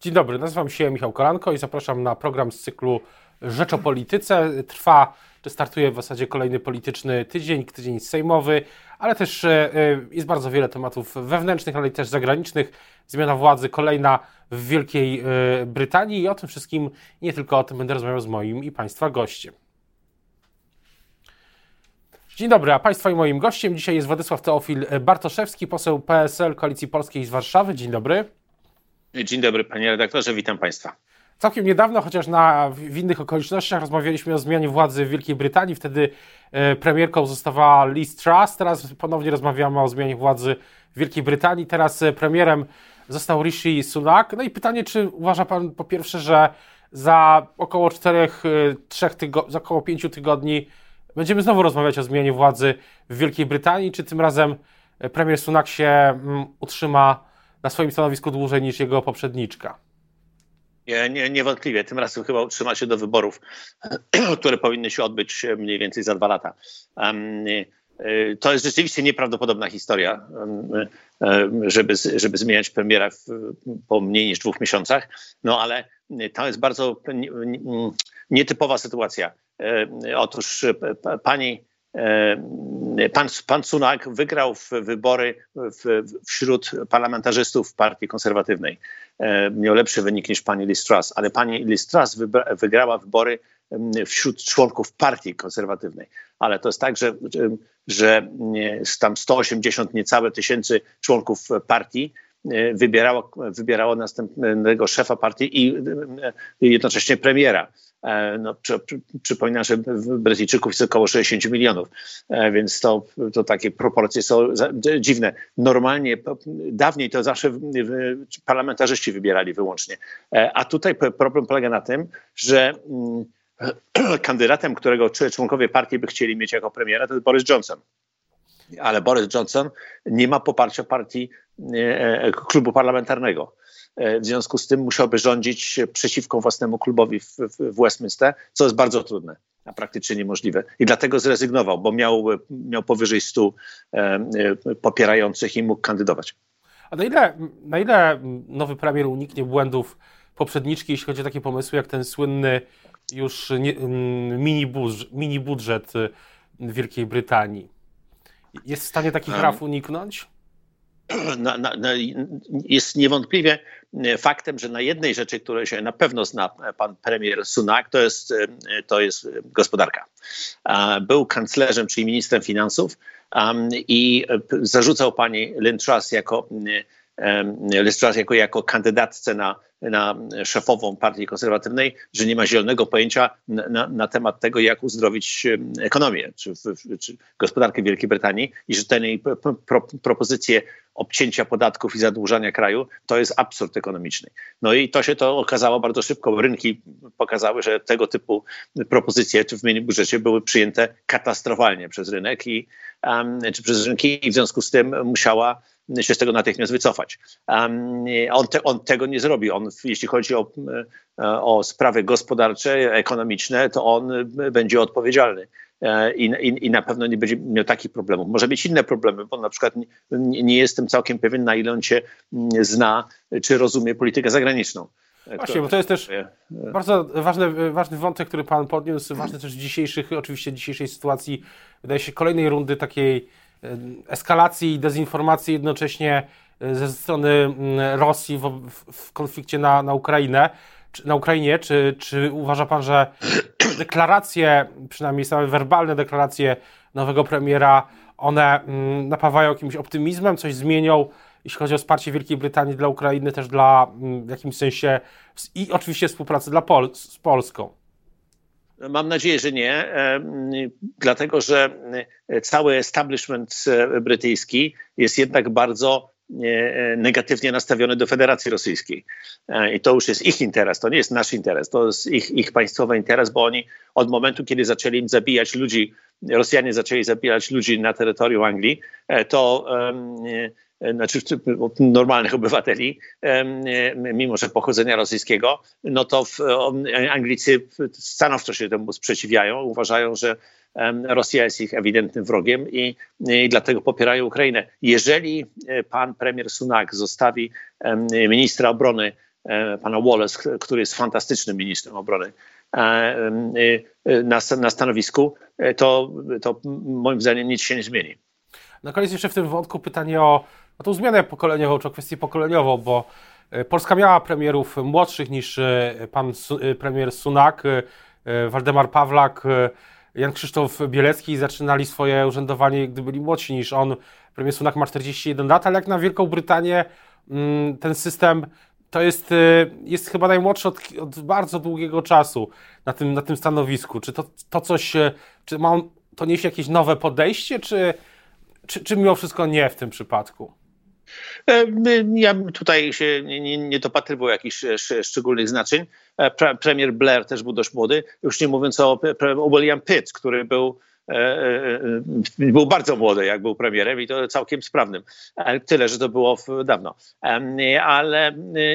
Dzień dobry, nazywam się Michał Kolanko i zapraszam na program z cyklu Rzecz o Polityce. Startuje w zasadzie kolejny polityczny tydzień sejmowy, ale też jest bardzo wiele tematów wewnętrznych, ale też zagranicznych. Zmiana władzy kolejna w Wielkiej Brytanii i o tym wszystkim, nie tylko o tym, będę rozmawiał z moim i Państwa gościem. Dzień dobry, a Państwa i moim gościem dzisiaj jest Władysław Teofil Bartoszewski, poseł PSL Koalicji Polskiej z Warszawy. Dzień dobry. Dzień dobry, panie redaktorze, witam Państwa. Całkiem niedawno, chociaż w innych okolicznościach, rozmawialiśmy o zmianie władzy w Wielkiej Brytanii. Wtedy premierką zostawała Liz Truss. Teraz ponownie rozmawiamy o zmianie władzy w Wielkiej Brytanii. Teraz premierem został Rishi Sunak. No i pytanie, czy uważa pan po pierwsze, że za około 5 tygodni będziemy znowu rozmawiać o zmianie władzy w Wielkiej Brytanii, czy tym razem premier Sunak się utrzyma na swoim stanowisku dłużej niż jego poprzedniczka? Niewątpliwie. Tym razem chyba utrzyma się do wyborów, które powinny się odbyć mniej więcej za 2 lata. To jest rzeczywiście nieprawdopodobna historia, żeby zmieniać premiera po mniej niż 2 miesiącach, no ale to jest bardzo nietypowa sytuacja. Otóż pan Sunak wygrał wybory wśród parlamentarzystów Partii Konserwatywnej. Miał lepszy wynik niż pani Liz Truss, ale pani Liz Truss wygrała wybory wśród członków Partii Konserwatywnej. Ale to jest tak, że tam 180 niecałe tysięcy członków partii wybierało następnego szefa partii i jednocześnie premiera. No, przypominam, że Brytyjczyków jest około 60 milionów, więc to takie proporcje są dziwne. Normalnie, dawniej to zawsze parlamentarzyści wybierali wyłącznie. A tutaj problem polega na tym, że kandydatem, którego członkowie partii by chcieli mieć jako premiera, to jest Boris Johnson. Ale Boris Johnson nie ma poparcia partii klubu parlamentarnego. W związku z tym musiałby rządzić przeciwko własnemu klubowi w Westminster, co jest bardzo trudne, a praktycznie niemożliwe. I dlatego zrezygnował, bo miał powyżej 100 popierających i mógł kandydować. A na ile nowy premier uniknie błędów poprzedniczki, jeśli chodzi o takie pomysły, jak ten słynny już mini budżet Wielkiej Brytanii? Jest w stanie takich raf uniknąć? Jest niewątpliwie faktem, że na jednej rzeczy, której się na pewno zna pan premier Sunak, to jest gospodarka. Był kanclerzem, czyli ministrem finansów i zarzucał pani Liz Truss jako kandydatce na szefową Partii Konserwatywnej, że nie ma zielonego pojęcia na temat tego, jak uzdrowić ekonomię czy gospodarkę Wielkiej Brytanii i że te jej propozycje obcięcia podatków i zadłużania kraju to jest absurd ekonomiczny. No i to okazało bardzo szybko. Rynki pokazały, że tego typu propozycje w mini budżecie były przyjęte katastrofalnie przez rynek czy przez rynki i w związku z tym musiała się z tego natychmiast wycofać. On tego nie zrobi. Jeśli chodzi o sprawy gospodarcze, ekonomiczne, to on będzie odpowiedzialny. I na pewno nie będzie miał takich problemów. Może mieć inne problemy, bo na przykład nie jestem całkiem pewien, na ile on się zna, czy rozumie politykę zagraniczną. Właśnie, bo to jest też bardzo ważny wątek, który pan podniósł, ważny też w dzisiejszej sytuacji, wydaje się, kolejnej rundy takiej eskalacji i dezinformacji jednocześnie ze strony Rosji w konflikcie na Ukrainie. Czy uważa pan, że deklaracje, przynajmniej same werbalne deklaracje nowego premiera, one napawają jakimś optymizmem, coś zmienią, jeśli chodzi o wsparcie Wielkiej Brytanii dla Ukrainy, też w jakimś sensie i oczywiście współpracy z Polską? Mam nadzieję, że nie, dlatego że cały establishment brytyjski jest jednak bardzo negatywnie nastawiony do Federacji Rosyjskiej. I to już jest ich interes, to nie jest nasz interes, to jest ich państwowy interes, bo oni od momentu, kiedy zaczęli zabijać ludzi, Rosjanie zaczęli zabijać ludzi na terytorium Anglii, to znaczy normalnych obywateli, mimo że pochodzenia rosyjskiego, no to Anglicy stanowczo się temu sprzeciwiają, uważają, że Rosja jest ich ewidentnym wrogiem i dlatego popierają Ukrainę. Jeżeli pan premier Sunak zostawi ministra obrony pana Wallace, który jest fantastycznym ministrem obrony, na stanowisku, to moim zdaniem nic się nie zmieni. Na koniec jeszcze w tym wątku pytanie o tą zmianę pokoleniową, czy o kwestię pokoleniową, bo Polska miała premierów młodszych niż pan premier Sunak, Waldemar Pawlak, Jan Krzysztof Bielecki zaczynali swoje urzędowanie, gdy byli młodsi niż on. Premier Sunak ma 41 lat, ale jak na Wielką Brytanię ten system to jest chyba najmłodszy od bardzo długiego czasu na tym stanowisku. Czy to coś, czy ma on, to niesie jakieś nowe podejście, czy mimo wszystko nie w tym przypadku? Ja tutaj się nie dopatrywałem jakichś szczególnych znaczeń. Premier Blair też był dość młody, już nie mówiąc o William Pitt, który był bardzo młody, jak był premierem i to całkiem sprawnym. Tyle, że to było dawno. Ale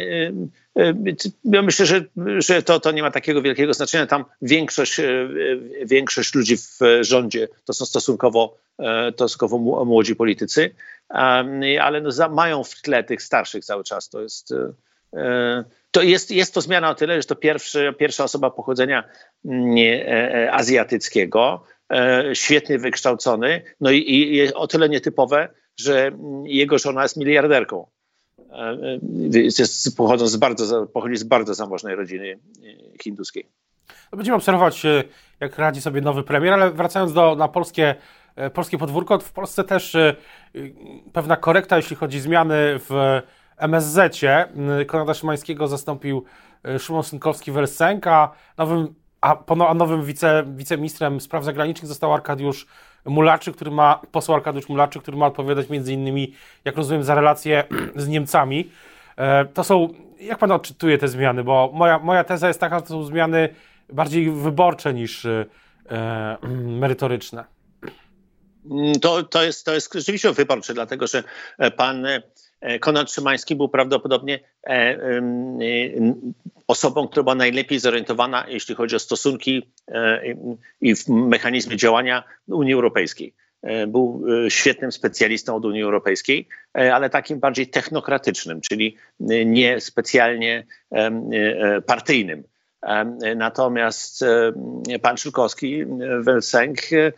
ja myślę, że to nie ma takiego wielkiego znaczenia. Tam większość ludzi w rządzie to są stosunkowo młodzi politycy, ale mają w tle tych starszych cały czas. Jest to zmiana o tyle, że to pierwsza osoba pochodzenia azjatyckiego, świetnie wykształcony, no i o tyle nietypowe, że jego żona jest miliarderką. Pochodzi z bardzo zamożnej rodziny hinduskiej. Będziemy obserwować, jak radzi sobie nowy premier, ale wracając na polskie podwórko, w Polsce też pewna korekta, jeśli chodzi o zmiany w MSZ-cie. Konrada Szymańskiego zastąpił Szymon Szynkowski-Welsenk, a nowym wiceministrem spraw zagranicznych został poseł Arkadiusz Mularczyk, który ma odpowiadać między innymi, jak rozumiem, za relacje z Niemcami. Jak pan odczytuje te zmiany? Bo moja teza jest taka, że to są zmiany bardziej wyborcze niż merytoryczne. To jest rzeczywiście wyborcze, dlatego że pan Konrad Szymański był prawdopodobnie osobą, która była najlepiej zorientowana, jeśli chodzi o stosunki i mechanizmy działania Unii Europejskiej. Był świetnym specjalistą od Unii Europejskiej, ale takim bardziej technokratycznym, czyli nie specjalnie partyjnym. Natomiast pan Szynkowski-Welsenk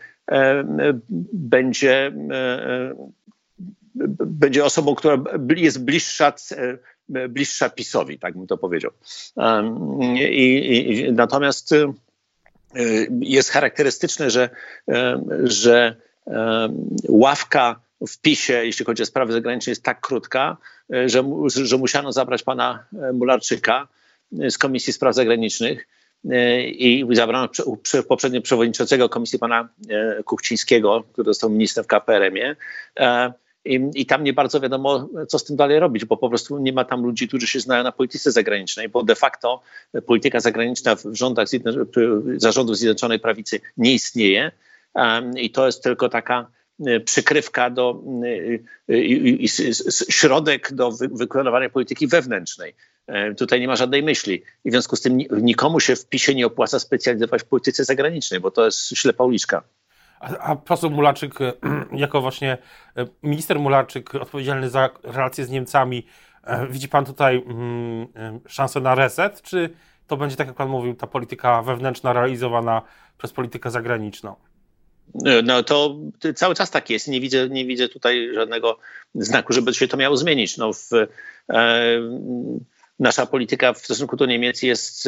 będzie osobą, która jest bliższa PiS-owi, tak bym to powiedział. Natomiast jest charakterystyczne, że ławka w PiS-ie, jeśli chodzi o sprawy zagraniczne, jest tak krótka, że musiano zabrać pana Mularczyka z Komisji Spraw Zagranicznych i zabrano poprzednio przewodniczącego komisji pana Kuchcińskiego, który został ministrem w KPRM-ie. I tam nie bardzo wiadomo, co z tym dalej robić, bo po prostu nie ma tam ludzi, którzy się znają na polityce zagranicznej, bo de facto polityka zagraniczna w rządach zarządów Zjednoczonej Prawicy nie istnieje i to jest tylko taka przykrywka środek do wykonywania polityki wewnętrznej. Tutaj nie ma żadnej myśli i w związku z tym nikomu się w PiS-ie nie opłaca specjalizować w polityce zagranicznej, bo to jest ślepa uliczka. A poseł Mularczyk, jako właśnie minister Mularczyk odpowiedzialny za relacje z Niemcami, widzi pan tutaj szansę na reset, czy to będzie, tak jak pan mówił, ta polityka wewnętrzna realizowana przez politykę zagraniczną? No to cały czas tak jest. Nie widzę tutaj żadnego znaku, żeby się to miało zmienić. Nasza polityka w stosunku do Niemiec jest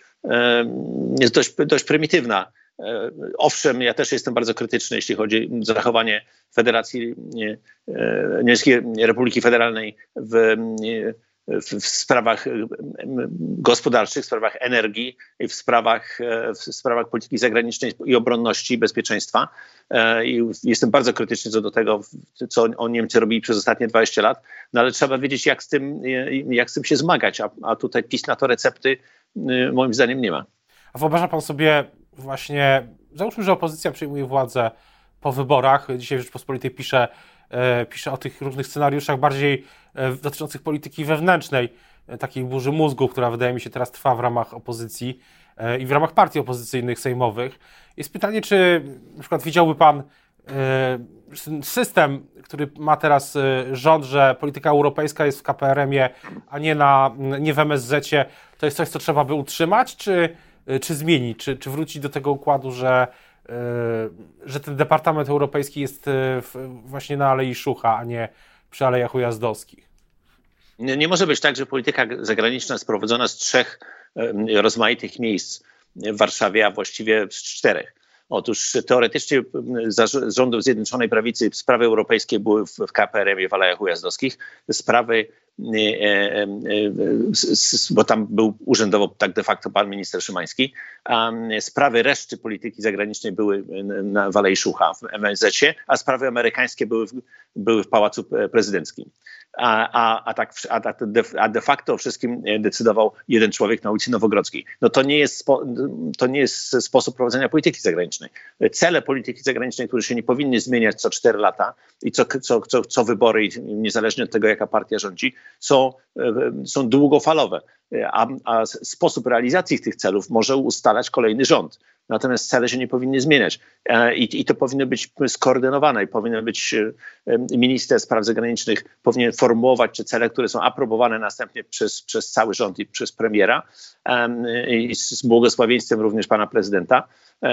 dość prymitywna. Owszem, ja też jestem bardzo krytyczny, jeśli chodzi o zachowanie Federacji Niemieckiej Republiki Federalnej w sprawach gospodarczych, w sprawach energii i w sprawach polityki zagranicznej i obronności i bezpieczeństwa. I jestem bardzo krytyczny co do tego, co Niemcy robili przez ostatnie 20 lat, no ale trzeba wiedzieć, jak z tym się zmagać, a tutaj PiS na to recepty moim zdaniem nie ma. A wyobraża pan sobie właśnie, załóżmy, że opozycja przejmuje władzę po wyborach, dzisiaj w Rzeczpospolitej pisze o tych różnych scenariuszach bardziej dotyczących polityki wewnętrznej, takiej burzy mózgu, która wydaje mi się teraz trwa w ramach opozycji i w ramach partii opozycyjnych sejmowych. Jest pytanie, czy na przykład widziałby pan system, który ma teraz rząd, że polityka europejska jest w KPRM-ie, a nie w MSZ-cie, to jest coś, co trzeba by utrzymać, czy zmienić, czy wrócić do tego układu, że ten Departament Europejski jest właśnie na Alei Szucha, a nie przy Alejach Ujazdowskich? Nie może być tak, że polityka zagraniczna jest prowadzona z 3 rozmaitych miejsc w Warszawie, a właściwie z 4. Otóż teoretycznie za rządów Zjednoczonej Prawicy sprawy europejskie były w KPRM-ie w Alejach Ujazdowskich. Sprawy, bo tam był urzędowo tak de facto pan minister Szymański, a sprawy reszty polityki zagranicznej były w Alei Szucha, w MSZ-cie, a sprawy amerykańskie były w Pałacu Prezydenckim. A de facto o wszystkim decydował jeden człowiek na ulicy Nowogrodzkiej. No to nie jest sposób prowadzenia polityki zagranicznej. Cele polityki zagranicznej, które się nie powinny zmieniać co 4 lata i co wybory, niezależnie od tego, jaka partia rządzi, są długofalowe. A sposób realizacji tych celów może ustalać kolejny rząd. Natomiast cele się nie powinny zmieniać i to powinno być skoordynowane i powinien być minister spraw zagranicznych powinien formułować te cele, które są aprobowane następnie przez cały rząd i przez premiera i z błogosławieństwem również pana prezydenta.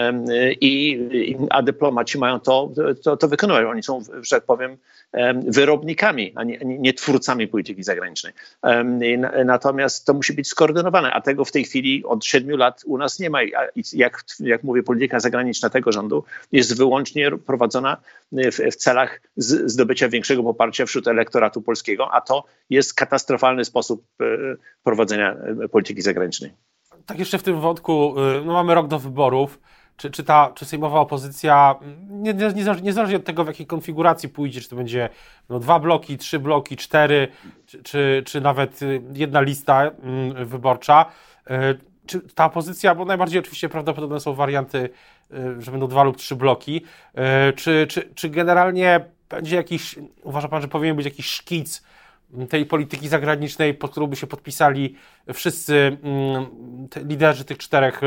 A dyplomaci mają to wykonywać. Oni są, że tak powiem, wyrobnikami, a nie twórcami polityki zagranicznej. Natomiast to musi być skoordynowane, a tego w tej chwili od 7 lat u nas nie ma. Jak mówię, polityka zagraniczna tego rządu jest wyłącznie prowadzona w celach zdobycia większego poparcia wśród elektoratu polskiego, a to jest katastrofalny sposób prowadzenia polityki zagranicznej. Tak jeszcze w tym wątku, no mamy rok do wyborów. Czy sejmowa opozycja, niezależnie od tego, w jakiej konfiguracji pójdzie, czy to będzie 2 bloki, 3 bloki, 4, czy nawet jedna lista wyborcza, czy ta opozycja, bo najbardziej oczywiście prawdopodobne są warianty, że będą 2 lub 3 bloki, czy generalnie będzie uważa pan, że powinien być jakiś szkic tej polityki zagranicznej, pod którą by się podpisali wszyscy liderzy tych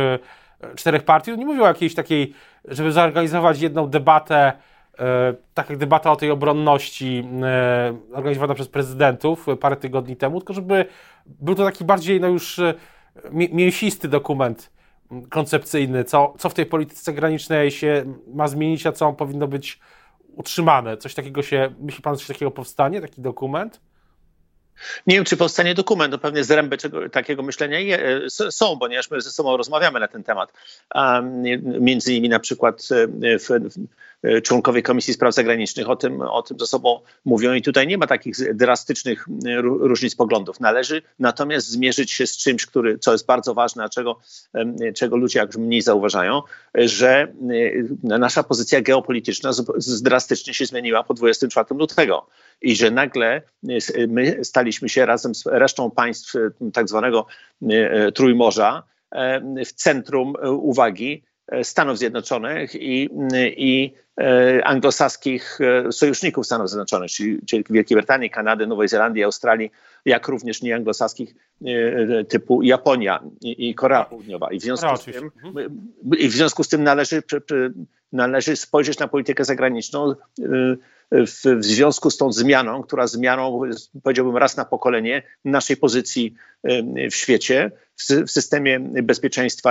4 partii? Nie mówię o jakiejś takiej, żeby zorganizować jedną debatę, tak jak debata o tej obronności organizowana przez prezydentów parę tygodni temu, tylko żeby był to taki bardziej już mięsisty dokument koncepcyjny, co w tej polityce zagranicznej się ma zmienić, a co powinno być utrzymane. Myśli pan, że coś takiego powstanie, taki dokument? Nie wiem, czy powstanie dokument, no pewnie zręby takiego myślenia są, ponieważ my ze sobą rozmawiamy na ten temat. Między innymi na przykład członkowie Komisji Spraw Zagranicznych o tym ze sobą mówią i tutaj nie ma takich drastycznych różnic poglądów. Należy natomiast zmierzyć się z czymś, co jest bardzo ważne, a czego ludzie jak mniej zauważają, że nasza pozycja geopolityczna drastycznie się zmieniła po 24 lutego i że nagle my staliśmy się razem z resztą państw tak zwanego Trójmorza w centrum uwagi Stanów Zjednoczonych i anglosaskich sojuszników Stanów Zjednoczonych, czyli Wielkiej Brytanii, Kanady, Nowej Zelandii, Australii, jak również nieanglosaskich typu Japonia i Korea Południowa. I w związku z tym należy spojrzeć na politykę zagraniczną w związku z tą zmianą, powiedziałbym raz na pokolenie, naszej pozycji w świecie, w systemie bezpieczeństwa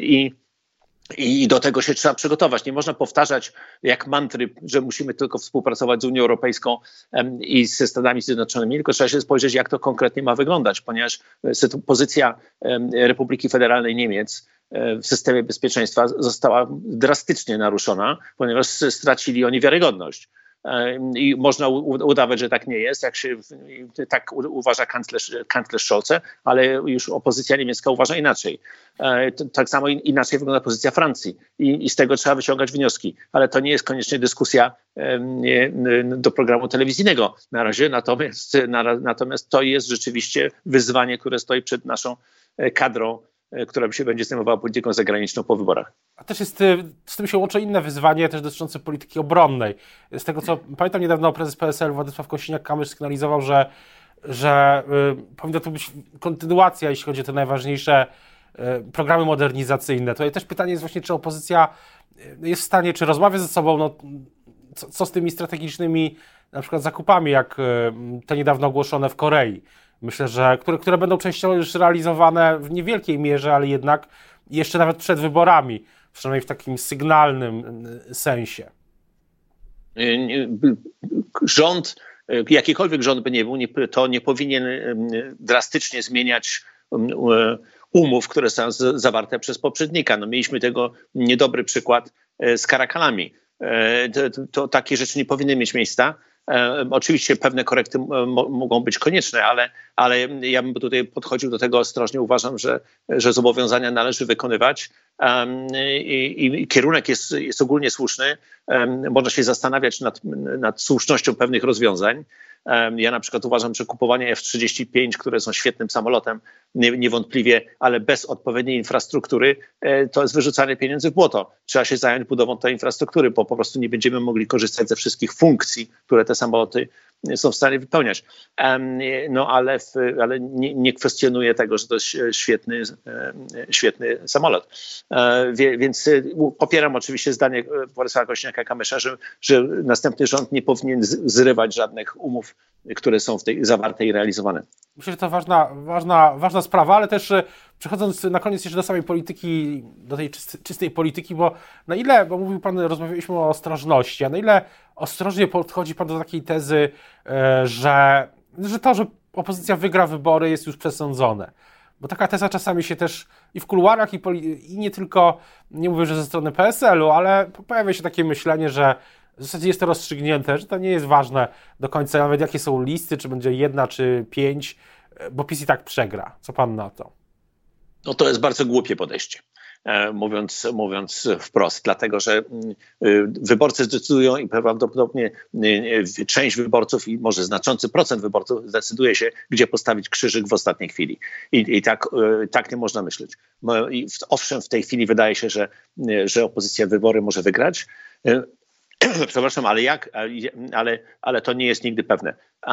i do tego się trzeba przygotować. Nie można powtarzać jak mantry, że musimy tylko współpracować z Unią Europejską i ze Stanami Zjednoczonymi, tylko trzeba się spojrzeć, jak to konkretnie ma wyglądać, ponieważ pozycja Republiki Federalnej Niemiec w systemie bezpieczeństwa została drastycznie naruszona, ponieważ stracili oni wiarygodność. I można udawać, że tak nie jest, tak uważa kanclerz Scholze, ale już opozycja niemiecka uważa inaczej. Tak samo inaczej wygląda pozycja Francji i z tego trzeba wyciągać wnioski, ale to nie jest koniecznie dyskusja do programu telewizyjnego na razie, natomiast to jest rzeczywiście wyzwanie, które stoi przed naszą kadrą, która się będzie zajmowała polityką zagraniczną po wyborach. A też z tym się łączy inne wyzwanie, też dotyczące polityki obronnej. Z tego, co pamiętam, niedawno prezes PSL Władysław Kosiniak-Kamysz sygnalizował, że powinna to być kontynuacja, jeśli chodzi o te najważniejsze programy modernizacyjne. To też pytanie jest właśnie, czy opozycja jest w stanie, czy rozmawia ze sobą, co z tymi strategicznymi na przykład zakupami, jak te niedawno ogłoszone w Korei. Myślę, że które będą częściowo już realizowane w niewielkiej mierze, ale jednak jeszcze nawet przed wyborami, przynajmniej w takim sygnalnym sensie. Rząd, jakikolwiek rząd by nie był, to nie powinien drastycznie zmieniać umów, które są zawarte przez poprzednika. No, mieliśmy tego niedobry przykład z Karakalami. To takie rzeczy nie powinny mieć miejsca. Oczywiście pewne korekty mogą być konieczne, ale ja bym tutaj podchodził do tego ostrożnie. Uważam, że zobowiązania należy wykonywać i kierunek jest ogólnie słuszny. Można się zastanawiać nad słusznością pewnych rozwiązań. Ja na przykład uważam, że kupowanie F-35, które są świetnym samolotem, niewątpliwie, ale bez odpowiedniej infrastruktury, to jest wyrzucanie pieniędzy w błoto. Trzeba się zająć budową tej infrastruktury, bo po prostu nie będziemy mogli korzystać ze wszystkich funkcji, które te samoloty są w stanie wypełniać. No ale nie kwestionuję tego, że to jest świetny samolot. Więc popieram oczywiście zdanie Władysława Kosiniaka-Kamysza, że następny rząd nie powinien zrywać żadnych umów, które są w tej zawarte i realizowane. Myślę, że to ważna sprawa, ale też przechodząc na koniec jeszcze do samej polityki, do tej czystej polityki, bo na ile, bo mówił pan, rozmawialiśmy o ostrożności, a na ile ostrożnie podchodzi pan do takiej tezy, że opozycja wygra wybory, jest już przesądzone. Bo taka teza czasami się też i w kuluarach, i nie tylko, nie mówię, że ze strony PSL-u, ale pojawia się takie myślenie, że w zasadzie jest to rozstrzygnięte, że to nie jest ważne do końca, nawet jakie są listy, czy będzie 1 czy 5, bo PiS i tak przegra. Co pan na to? No to jest bardzo głupie podejście, mówiąc wprost, dlatego że wyborcy zdecydują i prawdopodobnie część wyborców i może znaczący procent wyborców zdecyduje się, gdzie postawić krzyżyk w ostatniej chwili. I tak nie można myśleć. Owszem, w tej chwili wydaje się, że opozycja wybory może wygrać. Przepraszam, ale to nie jest nigdy pewne.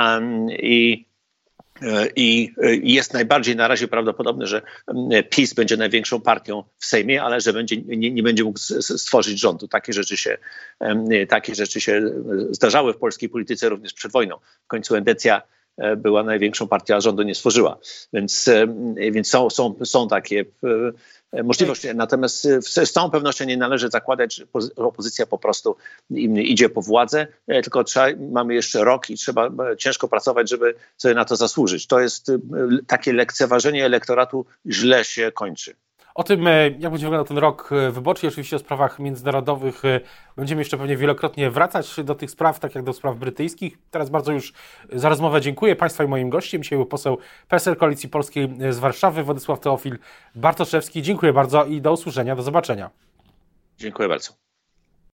I jest najbardziej na razie prawdopodobne, że PiS będzie największą partią w Sejmie, ale że nie będzie mógł stworzyć rządu. Takie rzeczy się zdarzały w polskiej polityce również przed wojną. W końcu Endecja była największą partią, a rządu nie stworzyła. Więc są takie możliwości. Natomiast z całą pewnością nie należy zakładać, że opozycja po prostu idzie po władzę, tylko mamy jeszcze rok i trzeba ciężko pracować, żeby sobie na to zasłużyć. To jest takie lekceważenie elektoratu, źle się kończy. O tym, jak będzie wyglądał ten rok wyborczy, oczywiście o sprawach międzynarodowych będziemy jeszcze pewnie wielokrotnie wracać do tych spraw, tak jak do spraw brytyjskich. Teraz bardzo już za rozmowę dziękuję Państwa i moim gościem. Dzisiaj był poseł PSL Koalicji Polskiej z Warszawy, Władysław Teofil Bartoszewski. Dziękuję bardzo i do usłyszenia, do zobaczenia. Dziękuję bardzo.